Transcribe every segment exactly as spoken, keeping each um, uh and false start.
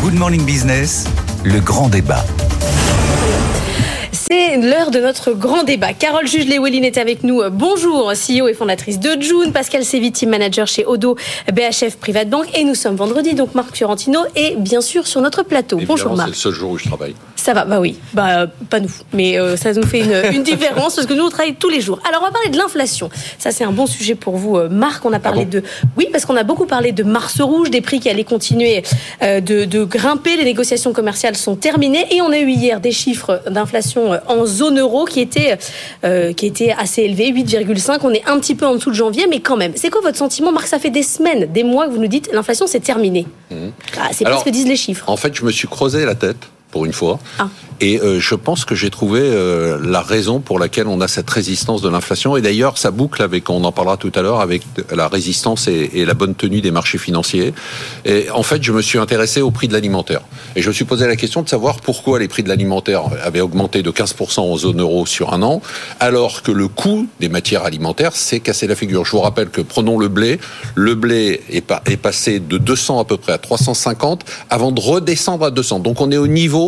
Good Morning Business, le grand débat. C'est l'heure de notre grand débat. Carole Juge-Lewellyn est avec nous. Bonjour, C E O et fondatrice de June. Pascal Sévy, team manager chez Odo B H F Private Bank. Et nous sommes vendredi, donc Marc Fiorentino est bien sûr sur notre plateau. Évidemment, bonjour Marc. C'est le seul jour où je travaille. Ça va, bah oui, bah pas nous, mais euh, ça nous fait une, une différence parce que nous on travaille tous les jours. Alors on va parler de l'inflation. Ça c'est un bon sujet pour vous, euh, Marc. On a parlé ah bon de, oui, parce qu'on a beaucoup parlé de mars rouge, des prix qui allaient continuer euh, de, de grimper. Les négociations commerciales sont terminées et on a eu hier des chiffres d'inflation en zone euro qui étaient euh, qui étaient assez élevés, huit virgule cinq. On est un petit peu en dessous de janvier, mais quand même. C'est quoi votre sentiment, Marc? Ça fait des semaines, des mois que vous nous dites l'inflation c'est terminé. Mmh. Ah, c'est pas ce que disent les chiffres. En fait, je me suis creusé la tête. Pour une fois. Ah. Et euh, je pense que j'ai trouvé euh, la raison pour laquelle on a cette résistance de l'inflation. Et d'ailleurs, ça boucle avec, on en parlera tout à l'heure, avec la résistance et, et la bonne tenue des marchés financiers. Et en fait, je me suis intéressé au prix de l'alimentaire. Et je me suis posé la question de savoir pourquoi les prix de l'alimentaire avaient augmenté de quinze pour cent en zone euro sur un an, alors que le coût des matières alimentaires s'est cassé la figure. Je vous rappelle que, prenons le blé, le blé est, pas, est passé de deux cents à peu près à trois cent cinquante avant de redescendre à deux cents. Donc on est au niveau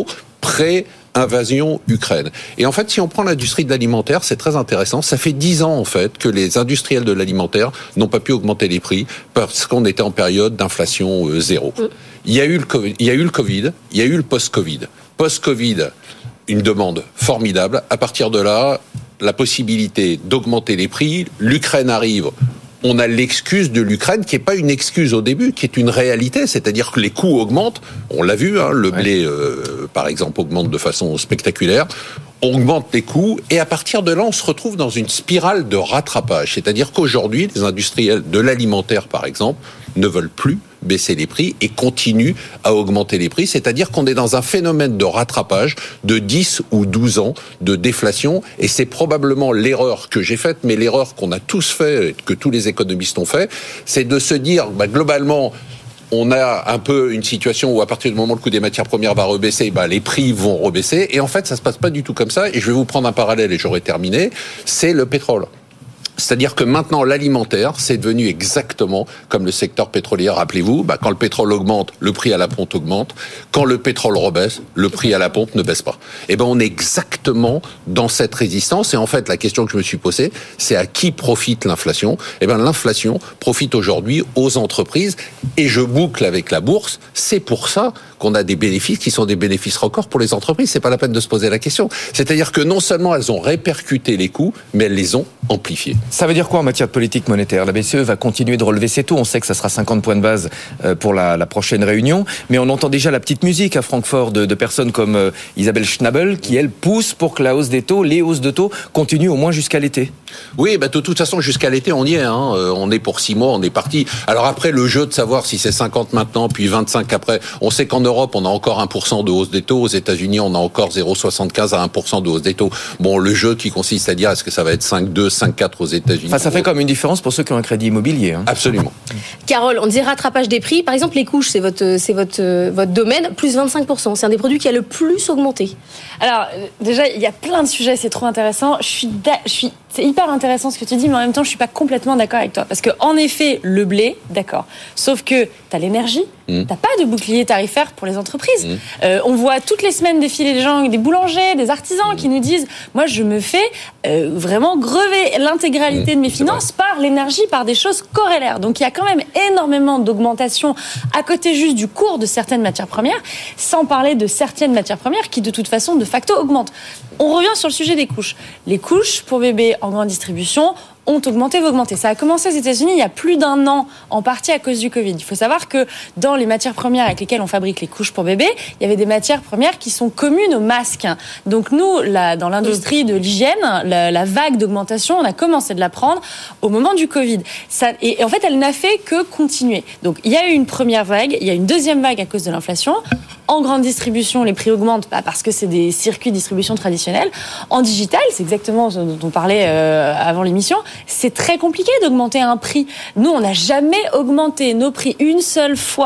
pré-invasion Ukraine. Et en fait, si on prend l'industrie de l'alimentaire, c'est très intéressant. Ça fait dix ans, en fait, que les industriels de l'alimentaire n'ont pas pu augmenter les prix parce qu'on était en période d'inflation euh, zéro. Mm. Il y a eu le COVID, il y a eu le Covid, il y a eu le post-Covid. Post-Covid, une demande formidable. À partir de là, la possibilité d'augmenter les prix. L'Ukraine arrive. On a l'excuse de l'Ukraine qui n'est pas une excuse au début, qui est une réalité, c'est-à-dire que les coûts augmentent, on l'a vu, hein, le blé, euh, par exemple, augmente de façon spectaculaire, on augmente les coûts, et à partir de là, on se retrouve dans une spirale de rattrapage, c'est-à-dire qu'aujourd'hui, les industriels de l'alimentaire, par exemple, ne veulent plus baisser les prix et continuent à augmenter les prix, c'est-à-dire qu'on est dans un phénomène de rattrapage de dix ou douze ans de déflation, et c'est probablement l'erreur que j'ai faite, mais l'erreur qu'on a tous fait, que tous les économistes ont fait, c'est de se dire, bah, globalement, on a un peu une situation où à partir du moment où le coût des matières premières va rebaisser, bah, les prix vont rebaisser, et en fait ça se passe pas du tout comme ça, et je vais vous prendre un parallèle et j'aurai terminé, c'est le pétrole. C'est-à-dire que maintenant, l'alimentaire, c'est devenu exactement comme le secteur pétrolier. Rappelez-vous, bah, quand le pétrole augmente, le prix à la pompe augmente. Quand le pétrole rebaisse, le prix à la pompe ne baisse pas. Et ben, on est exactement dans cette résistance. Et en fait, la question que je me suis posée, c'est à qui profite l'inflation? Et ben, l'inflation profite aujourd'hui aux entreprises. Et je boucle avec la bourse. C'est pour ça qu'on a des bénéfices qui sont des bénéfices records pour les entreprises. C'est pas la peine de se poser la question. C'est-à-dire que non seulement elles ont répercuté les coûts, mais elles les ont amplifiés. Ça veut dire quoi en matière de politique monétaire? La B C E va continuer de relever ses taux. On sait que ça sera cinquante points de base pour la, la prochaine réunion. Mais on entend déjà la petite musique à Francfort de, de personnes comme euh, Isabelle Schnabel qui, elle, pousse pour que la hausse des taux, les hausses de taux, continuent au moins jusqu'à l'été. Oui, bah, de toute façon, jusqu'à l'été, on y est. Hein. Euh, on est pour six mois, on est parti. Alors après, le jeu de savoir si c'est cinquante maintenant, puis vingt-cinq après. On sait qu'en Europe, on a encore un pour cent de hausse des taux. Aux États-Unis, on a encore zéro virgule soixante-quinze à un pour cent de hausse des taux. Bon, le jeu qui consiste à dire est-ce que ça va être cinq virgule deux, cinq virgule quatre aux États-Unis. Enfin, ça fait comme une différence pour ceux qui ont un crédit immobilier. Hein. Absolument. Carole, on dit rattrapage des prix. Par exemple, les couches, c'est votre, c'est votre, votre domaine, plus vingt-cinq pour cent. C'est un des produits qui a le plus augmenté. Alors, déjà, il y a plein de sujets, c'est trop intéressant. Je suis, da- je suis, c'est hyper intéressant ce que tu dis, mais en même temps, je suis pas complètement d'accord avec toi. Parce que, en effet, le blé, d'accord. Sauf que t'as l'énergie, mmh. t'as pas de bouclier tarifaire pour les entreprises. Mmh. Euh, on voit toutes les semaines défiler des gens, des boulangers, des artisans mmh. qui nous disent, moi, je me fais euh, vraiment grever l'intégralité mmh. de mes finances par l'énergie, par des choses corrélaires. Donc, il y a quand même énormément d'augmentation à côté juste du cours de certaines matières premières, sans parler de certaines matières premières qui, de toute façon, de facto, augmentent. On revient sur le sujet des couches. Les couches pour bébés en grande distribution ont augmenté, vont augmenter. Ça a commencé aux États-Unis il y a plus d'un an, en partie à cause du Covid. Il faut savoir que dans les matières premières avec lesquelles on fabrique les couches pour bébés, il y avait des matières premières qui sont communes aux masques. Donc nous, là, dans l'industrie de l'hygiène, la, la vague d'augmentation, on a commencé de la prendre au moment du Covid. Ça, et, et en fait, elle n'a fait que continuer. Donc il y a eu une première vague, il y a une deuxième vague à cause de l'inflation. En grande distribution, les prix augmentent bah, parce que c'est des circuits de distribution traditionnels. En digital, c'est exactement ce dont on parlait euh, avant l'émission, c'est très compliqué d'augmenter un prix. Nous, on n'a jamais augmenté nos prix une seule fois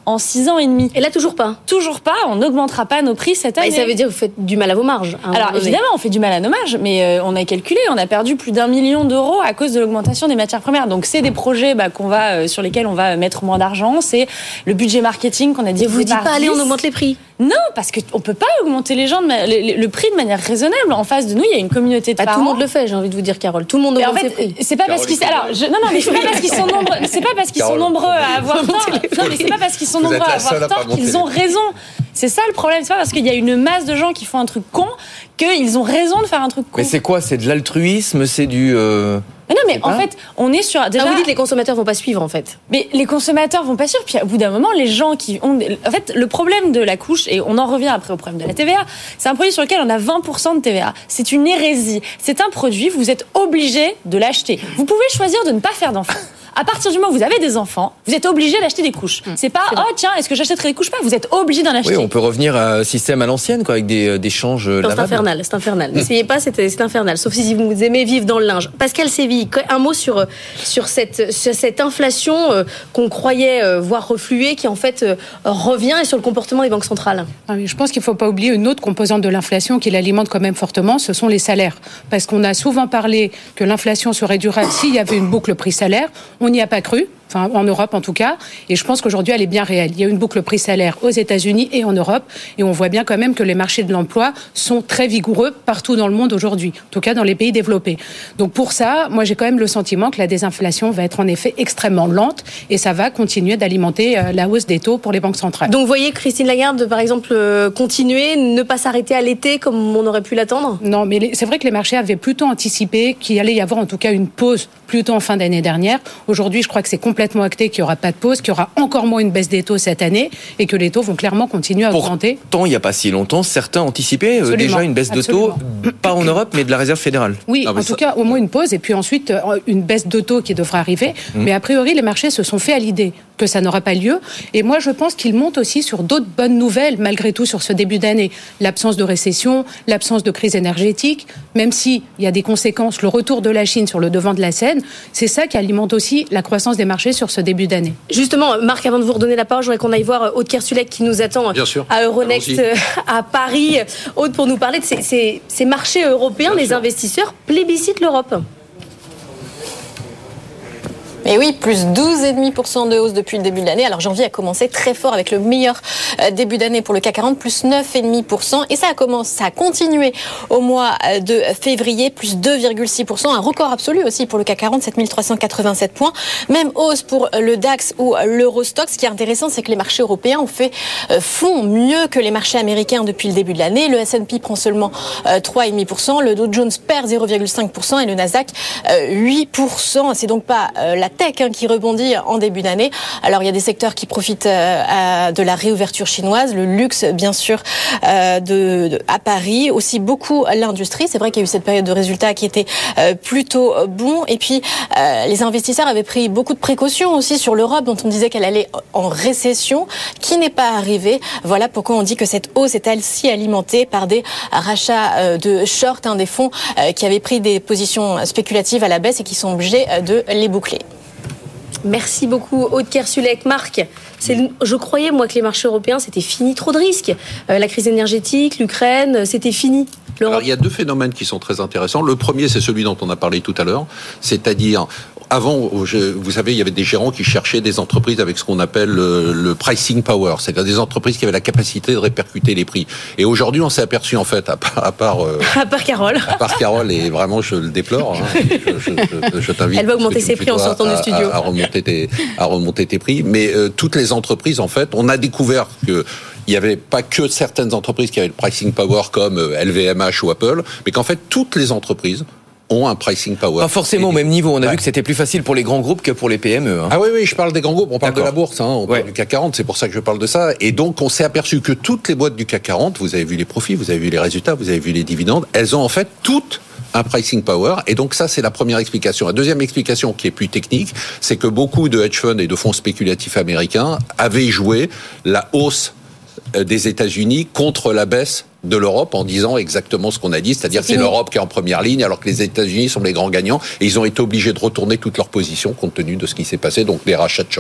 en six ans et demi. Et là, toujours pas. Toujours pas. On n'augmentera pas nos prix cette année. Et ça veut dire que vous faites du mal à vos marges. Hein, Alors évidemment, on fait du mal à nos marges, mais euh, on a calculé, on a perdu plus d'un million d'euros à cause de l'augmentation des matières premières. Donc c'est des projets bah, qu'on va, euh, sur lesquels on va mettre moins d'argent. C'est le budget marketing qu'on a dit. Et vous dites pas, allez, on augmente les prix. Non, parce qu'on ne peut pas augmenter les gens de ma... le, le prix de manière raisonnable. En face de nous, il y a une communauté de bah, parents. Tout le monde le fait, j'ai envie de vous dire, Carole. Tout le monde augmente en fait, ses prix. C'est pas Carole, parce qu'ils... Alors, je... Non, non, mais c'est pas parce qu'ils sont nombreux, c'est pas parce qu'ils Carole, sont nombreux à avoir tort. Non, mais c'est pas parce qu'ils sont nombreux à avoir tort qu'ils ont raison. C'est ça le problème. C'est pas parce qu'il y a une masse de gens qui font un truc con qu'ils ont raison de faire un truc con. Mais c'est quoi? C'est de l'altruisme? C'est du... Euh... Mais non, mais en pas. fait, on est sur... Déjà, ah, vous dites que les consommateurs vont pas suivre, en fait. Mais les consommateurs vont pas suivre. Puis, au bout d'un moment, les gens qui ont... En fait, le problème de la couche, et on en revient après au problème de la T V A, c'est un produit sur lequel on a vingt pour cent de T V A. C'est une hérésie. C'est un produit, vous êtes obligé de l'acheter. Vous pouvez choisir de ne pas faire d'enfants. À partir du moment où vous avez des enfants, vous êtes obligé d'acheter des couches. Mmh, c'est pas c'est oh tiens, est-ce que j'achèterai des couches? Pas, vous êtes obligé d'en acheter. Oui, on peut revenir à un système à l'ancienne, quoi, avec des des changes lavables. C'est infernal, c'est infernal. N'essayez pas, c'est, c'est infernal. Sauf si vous aimez vivre dans le linge. Pascal Séville, un mot sur sur cette sur cette inflation euh, qu'on croyait euh, voir refluer, qui en fait euh, revient, et sur le comportement des banques centrales. Ah oui, je pense qu'il ne faut pas oublier une autre composante de l'inflation qui l'alimente quand même fortement, ce sont les salaires. Parce qu'on a souvent parlé que l'inflation serait durable s'il y avait une boucle prix-salaire. On n'y a pas cru. Enfin, en Europe en tout cas, et je pense qu'aujourd'hui elle est bien réelle. Il y a une boucle prix-salaire aux États-Unis et en Europe, et on voit bien quand même que les marchés de l'emploi sont très vigoureux partout dans le monde aujourd'hui, en tout cas dans les pays développés. Donc pour ça, moi j'ai quand même le sentiment que la désinflation va être en effet extrêmement lente, et ça va continuer d'alimenter euh, la hausse des taux pour les banques centrales. Donc vous voyez Christine Lagarde, par exemple, euh, continuer, ne pas s'arrêter à l'été comme on aurait pu l'attendre? Non, mais les, c'est vrai que les marchés avaient plutôt anticipé qu'il allait y avoir en tout cas une pause plutôt en fin d'année dernière. Aujourd'hui, je crois que c'est complètement acté qu'il n'y aura pas de pause, qu'il y aura encore moins une baisse des taux cette année, et que les taux vont clairement continuer à Pourtant, augmenter. Pourtant, il n'y a pas si longtemps, certains anticipaient euh, déjà une baisse Absolument. de taux, pas en Europe, mais de la Réserve fédérale. Oui, ah, en ça... tout cas, au moins une pause, et puis ensuite une baisse de taux qui devra arriver. Mmh. Mais a priori, les marchés se sont fait à l'idée que ça n'aura pas lieu. Et moi, je pense qu'ils montent aussi sur d'autres bonnes nouvelles, malgré tout, sur ce début d'année. L'absence de récession, l'absence de crise énergétique, même s'il y a des conséquences, le retour de la Chine sur le devant de la scène, c'est ça qui alimente aussi la croissance des marchés sur ce début d'année. Justement, Marc, avant de vous redonner la parole, je voudrais qu'on aille voir Aude Kersulek qui nous attend à Euronext Allons-y. à Paris. Aude, pour nous parler de ces, ces, ces marchés européens, Bien les sûr. investisseurs plébiscitent l'Europe. Et oui, plus douze virgule cinq pour cent de hausse depuis le début de l'année. Alors janvier a commencé très fort avec le meilleur début d'année pour le C A C quarante, plus neuf virgule cinq pour cent. Et ça a commencé, ça a continué au mois de février, plus deux virgule six pour cent. Un record absolu aussi pour le C A C quarante, sept mille trois cent quatre-vingt-sept points. Même hausse pour le DAX ou l'Eurostoxx. Ce qui est intéressant, c'est que les marchés européens ont fait, font mieux que les marchés américains depuis le début de l'année. Le S and P prend seulement trois virgule cinq pour cent. Le Dow Jones perd zéro virgule cinq pour cent et le Nasdaq huit pour cent. C'est donc pas la tech hein, qui rebondit en début d'année. Alors il y a des secteurs qui profitent euh, de la réouverture chinoise, le luxe bien sûr euh, de, de, à Paris, aussi beaucoup l'industrie. C'est vrai qu'il y a eu cette période de résultats qui était euh, plutôt bon. Et puis euh, les investisseurs avaient pris beaucoup de précautions aussi sur l'Europe, dont on disait qu'elle allait en récession, qui n'est pas arrivée. Voilà pourquoi on dit que cette hausse est aussi alimentée par des rachats euh, de short, hein, des fonds euh, qui avaient pris des positions spéculatives à la baisse et qui sont obligés euh, de les boucler. Merci beaucoup, Aude Kersulek. Marc, c'est, je croyais, moi, que les marchés européens, c'était fini, trop de risques. Euh, la crise énergétique, l'Ukraine, c'était fini. Alors, il y a deux phénomènes qui sont très intéressants. Le premier, c'est celui dont on a parlé tout à l'heure, c'est-à-dire... Avant, je, vous savez, il y avait des gérants qui cherchaient des entreprises avec ce qu'on appelle le, le pricing power, c'est-à-dire des entreprises qui avaient la capacité de répercuter les prix. Et aujourd'hui, on s'est aperçu, en fait, à part... À part, euh, à part Carole. À part Carole, et vraiment, je le déplore. Hein, je, je, je, je t'invite... Elle va augmenter ses prix en sortant du studio. À, à, remonter tes, à remonter tes prix. Mais euh, toutes les entreprises, en fait, on a découvert que... il n'y avait pas que certaines entreprises qui avaient le pricing power comme L V M H ou Apple, mais qu'en fait, toutes les entreprises ont un pricing power. Pas forcément au même niveau. On a ouais. vu que c'était plus facile pour les grands groupes que pour les P M E. Hein. Ah oui, oui, je parle des grands groupes. On parle D'accord. de la bourse, hein, on ouais. parle du C A C quarante. C'est pour ça que je parle de ça. Et donc, on s'est aperçu que toutes les boîtes du C A C quarante, vous avez vu les profits, vous avez vu les résultats, vous avez vu les dividendes, elles ont en fait toutes un pricing power. Et donc ça, c'est la première explication. La deuxième explication, qui est plus technique, c'est que beaucoup de hedge funds et de fonds spéculatifs américains avaient joué la hausse des États-Unis contre la baisse de l'Europe en disant exactement ce qu'on a dit, c'est-à-dire c'est que c'est l'Europe qui est en première ligne alors que les États-Unis sont les grands gagnants et ils ont été obligés de retourner toutes leurs positions compte tenu de ce qui s'est passé, donc les rachats de short.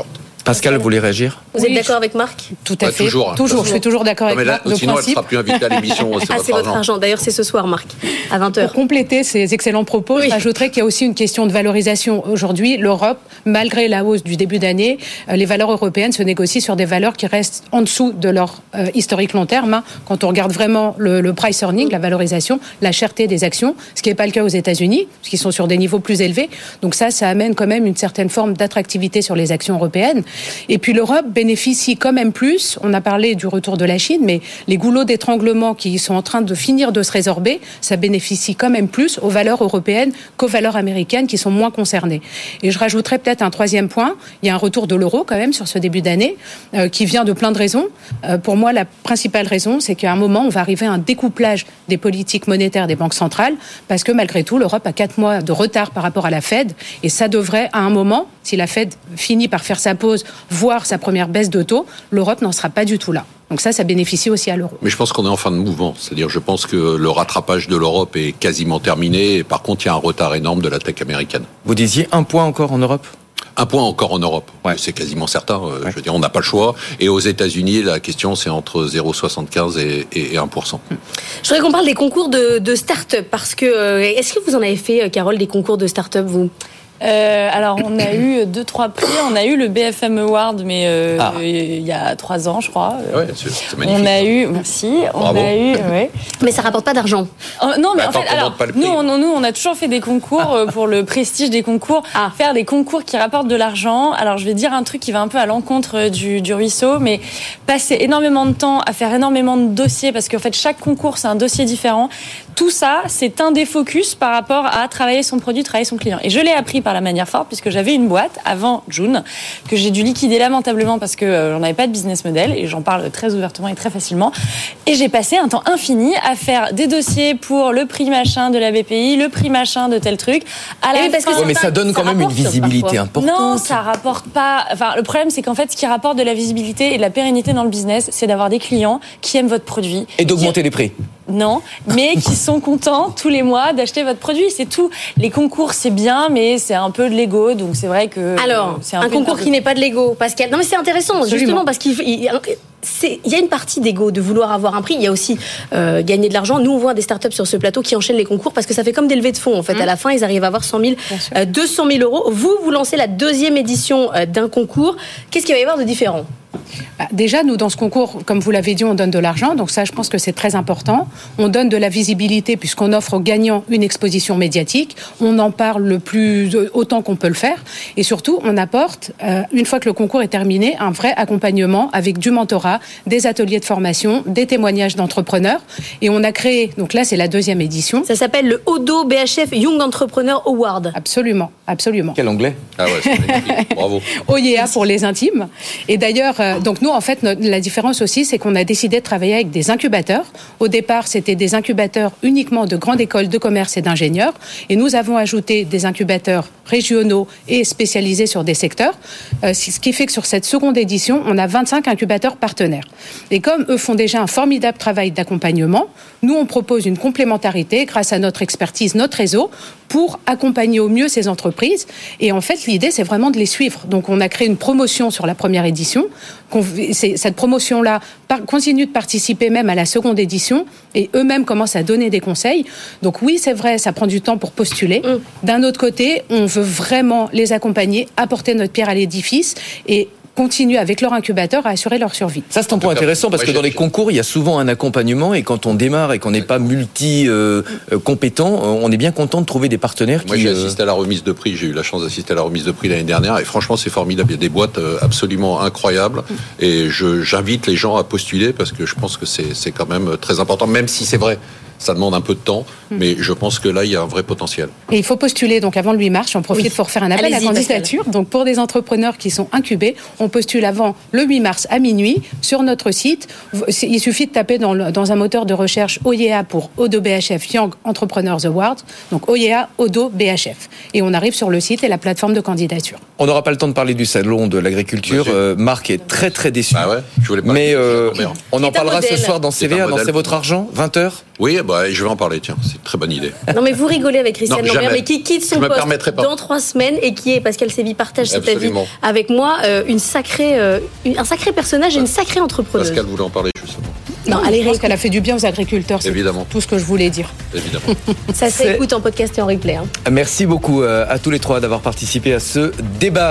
Pascal, vous voulez réagir ? Vous Oui, êtes d'accord avec Marc ? Tout à Ouais, fait. toujours, hein. toujours. Je suis toujours d'accord Non, avec mais là, Marc. De sinon, principe. elle ne sera plus invitée à l'émission. C'est, Ah, votre, c'est votre argent. argent. D'ailleurs, c'est ce soir, Marc, à vingt heures. Pour compléter ces excellents propos, Oui. j'ajouterais qu'il y a aussi une question de valorisation. Aujourd'hui, l'Europe, malgré la hausse du début d'année, euh, les valeurs européennes se négocient sur des valeurs qui restent en dessous de leur euh, historique long terme. Hein. Quand on regarde vraiment le, le price earning, la valorisation, la cherté des actions, ce qui n'est pas le cas aux États-Unis, parce qu'ils sont sur des niveaux plus élevés. Donc ça, ça amène quand même une certaine forme d'attractivité sur les actions européennes. Et puis l'Europe bénéficie quand même plus. On a parlé du retour de la Chine, mais les goulots d'étranglement qui sont en train de finir de se résorber, ça bénéficie quand même plus aux valeurs européennes qu'aux valeurs américaines qui sont moins concernées. Et je rajouterais peut-être un troisième point. Il y a un retour de l'euro quand même sur ce début d'année euh, qui vient de plein de raisons. Euh, pour moi, la principale raison, c'est qu'à un moment, on va arriver à un découplage des politiques monétaires des banques centrales parce que malgré tout, l'Europe a quatre mois de retard par rapport à la Fed et ça devrait, à un moment, si la Fed finit par faire sa pause, voire sa première baisse de taux, l'Europe n'en sera pas du tout là. Donc ça, ça bénéficie aussi à l'euro. Mais je pense qu'on est en fin de mouvement. C'est-à-dire, je pense que le rattrapage de l'Europe est quasiment terminé. Et par contre, il y a un retard énorme de la tech américaine. Vous disiez un point encore en Europe ? Un point encore en Europe, ouais. C'est quasiment certain. Ouais. Je veux dire, on n'a pas le choix. Et aux États-Unis, la question, c'est entre zéro virgule soixante-quinze et, et, et un pour cent. Je voudrais qu'on parle des concours de, de start-up, parce que euh, est-ce que vous en avez fait, Carole, des concours de start-up, vous ? Euh, alors, on a eu deux, trois prix. On a eu le B F M Award, mais euh, ah. il y a trois ans, je crois. Ouais, c'est, c'est magnifique. On a eu, merci. Bravo. On a eu, ouais. Mais ça rapporte pas d'argent. Oh, non, mais bah, en fait, alors, nous, on, nous, on a toujours fait des concours euh, pour le prestige des concours. Ah. Faire des concours qui rapportent de l'argent. Alors, je vais dire un truc qui va un peu à l'encontre du, du ruisseau, mais passer énormément de temps à faire énormément de dossiers, parce qu'en fait, chaque concours, c'est un dossier différent. Tout ça, c'est un des focus par rapport à travailler son produit, travailler son client. Et je l'ai appris par la manière forte, puisque j'avais une boîte avant June que j'ai dû liquider lamentablement parce que euh, j'en avais pas de business model, et j'en parle très ouvertement et très facilement. Et j'ai passé un temps infini à faire des dossiers pour le prix machin de la B P I, le prix machin de tel truc. À la oui, parce fin, que ouais, mais ça donne quand ça même une rapporte, visibilité parfois. importante. non, ça rapporte pas. Enfin, le problème, c'est qu'en fait, ce qui rapporte de la visibilité et de la pérennité dans le business, c'est d'avoir des clients qui aiment votre produit Et d'augmenter qui... les prix. Non, mais qui sont contents tous les mois d'acheter votre produit, c'est tout. Les concours, c'est bien, mais c'est un peu de l'ego, donc c'est vrai que... Alors, c'est un, un peu concours qui n'est pas de l'ego, Pascal. Non, mais c'est intéressant, Absolument. justement, parce qu'il il, c'est, il y a une partie d'ego, de vouloir avoir un prix. Il y a aussi euh, gagner de l'argent. Nous, on voit des startups sur ce plateau qui enchaînent les concours parce que ça fait comme des levées de fonds. En fait, mmh. à la fin, ils arrivent à avoir cent mille, euh, deux cent mille euros. Vous, vous lancez la deuxième édition euh, d'un concours. Qu'est-ce qu'il va y avoir de différent ? Déjà, nous, dans ce concours, comme vous l'avez dit, on donne de l'argent. Donc ça, je pense que c'est très important. On donne de la visibilité puisqu'on offre aux gagnants une exposition médiatique. On en parle le plus autant qu'on peut le faire. Et surtout, on apporte, euh, une fois que le concours est terminé, un vrai accompagnement avec du mentorat, des ateliers de formation, des témoignages d'entrepreneurs. Et on a créé, donc là, c'est la deuxième édition. Ça s'appelle le Odo B H F Young Entrepreneur Award. Absolument, absolument. Quel anglais ? Ah ouais, c'est magnifique. Bravo. O I E A pour les intimes. Et d'ailleurs, euh, donc nous, en fait, notre, la différence aussi, c'est qu'on a décidé de travailler avec des incubateurs. Au départ, c'était des incubateurs uniquement de grandes écoles de commerce et d'ingénieurs. Et nous avons ajouté des incubateurs régionaux et spécialisés sur des secteurs. Euh, ce qui fait que sur cette seconde édition, on a vingt-cinq incubateurs partenaires. Et comme eux font déjà un formidable travail d'accompagnement, nous, on propose une complémentarité grâce à notre expertise, notre réseau, pour accompagner au mieux ces entreprises. Et en fait, l'idée, c'est vraiment de les suivre. Donc, on a créé une promotion sur la première édition. Cette promotion-là continue de participer même à la seconde édition et eux-mêmes commencent à donner des conseils. Donc oui, c'est vrai, ça prend du temps pour postuler. Mmh. D'un autre côté, on veut vraiment les accompagner, apporter notre pierre à l'édifice et continuent avec leur incubateur à assurer leur survie. Ça, c'est un point intéressant parce que dans les concours, il y a souvent un accompagnement et quand on démarre et qu'on n'est pas multi-compétent, euh, on est bien content de trouver des partenaires qui... Moi, j'ai assisté à la remise de prix. J'ai eu la chance d'assister à la remise de prix l'année dernière et franchement, c'est formidable. Il y a des boîtes absolument incroyables et je, j'invite les gens à postuler parce que je pense que c'est, c'est quand même très important, même si c'est vrai. Ça demande un peu de temps, mais je pense que là, il y a un vrai potentiel. Et il faut postuler donc avant le huit mars. J'en profite oui. pour faire un appel Allez-y, à candidature. Pascal. Donc pour des entrepreneurs qui sont incubés, on postule avant le huit mars à minuit sur notre site. Il suffit de taper dans, le, dans un moteur de recherche O I E A pour Odo B H F Young Entrepreneurs Award. Donc O I E A Odo B H F. Et on arrive sur le site et la plateforme de candidature. On n'aura pas le temps de parler du salon de l'agriculture. Euh, Marc est très très déçu. Ah ouais, je voulais pas mais euh, on en C'est parlera ce soir dans C V A, dans C'est votre argent, vingt heures. Oui, bah, je vais en parler, tiens, c'est une très bonne idée. Non, mais vous rigolez avec Christiane Non, Lambert, jamais. mais qui quitte son Je me poste permettrai pas. dans trois semaines et qui est, Pascal Sévy partage cet avis Absolument. avec moi, euh, une sacrée, euh, une- un sacré personnage et une sacrée entrepreneuse. Pascal voulait en parler, justement. Non, Non, allez, je pense réécoute. qu'elle a fait du bien aux agriculteurs. C'est Évidemment. tout ce que je voulais dire. Évidemment. Ça C'est- s'écoute en podcast et en replay. Hein. Merci beaucoup euh, à tous les trois d'avoir participé à ce débat.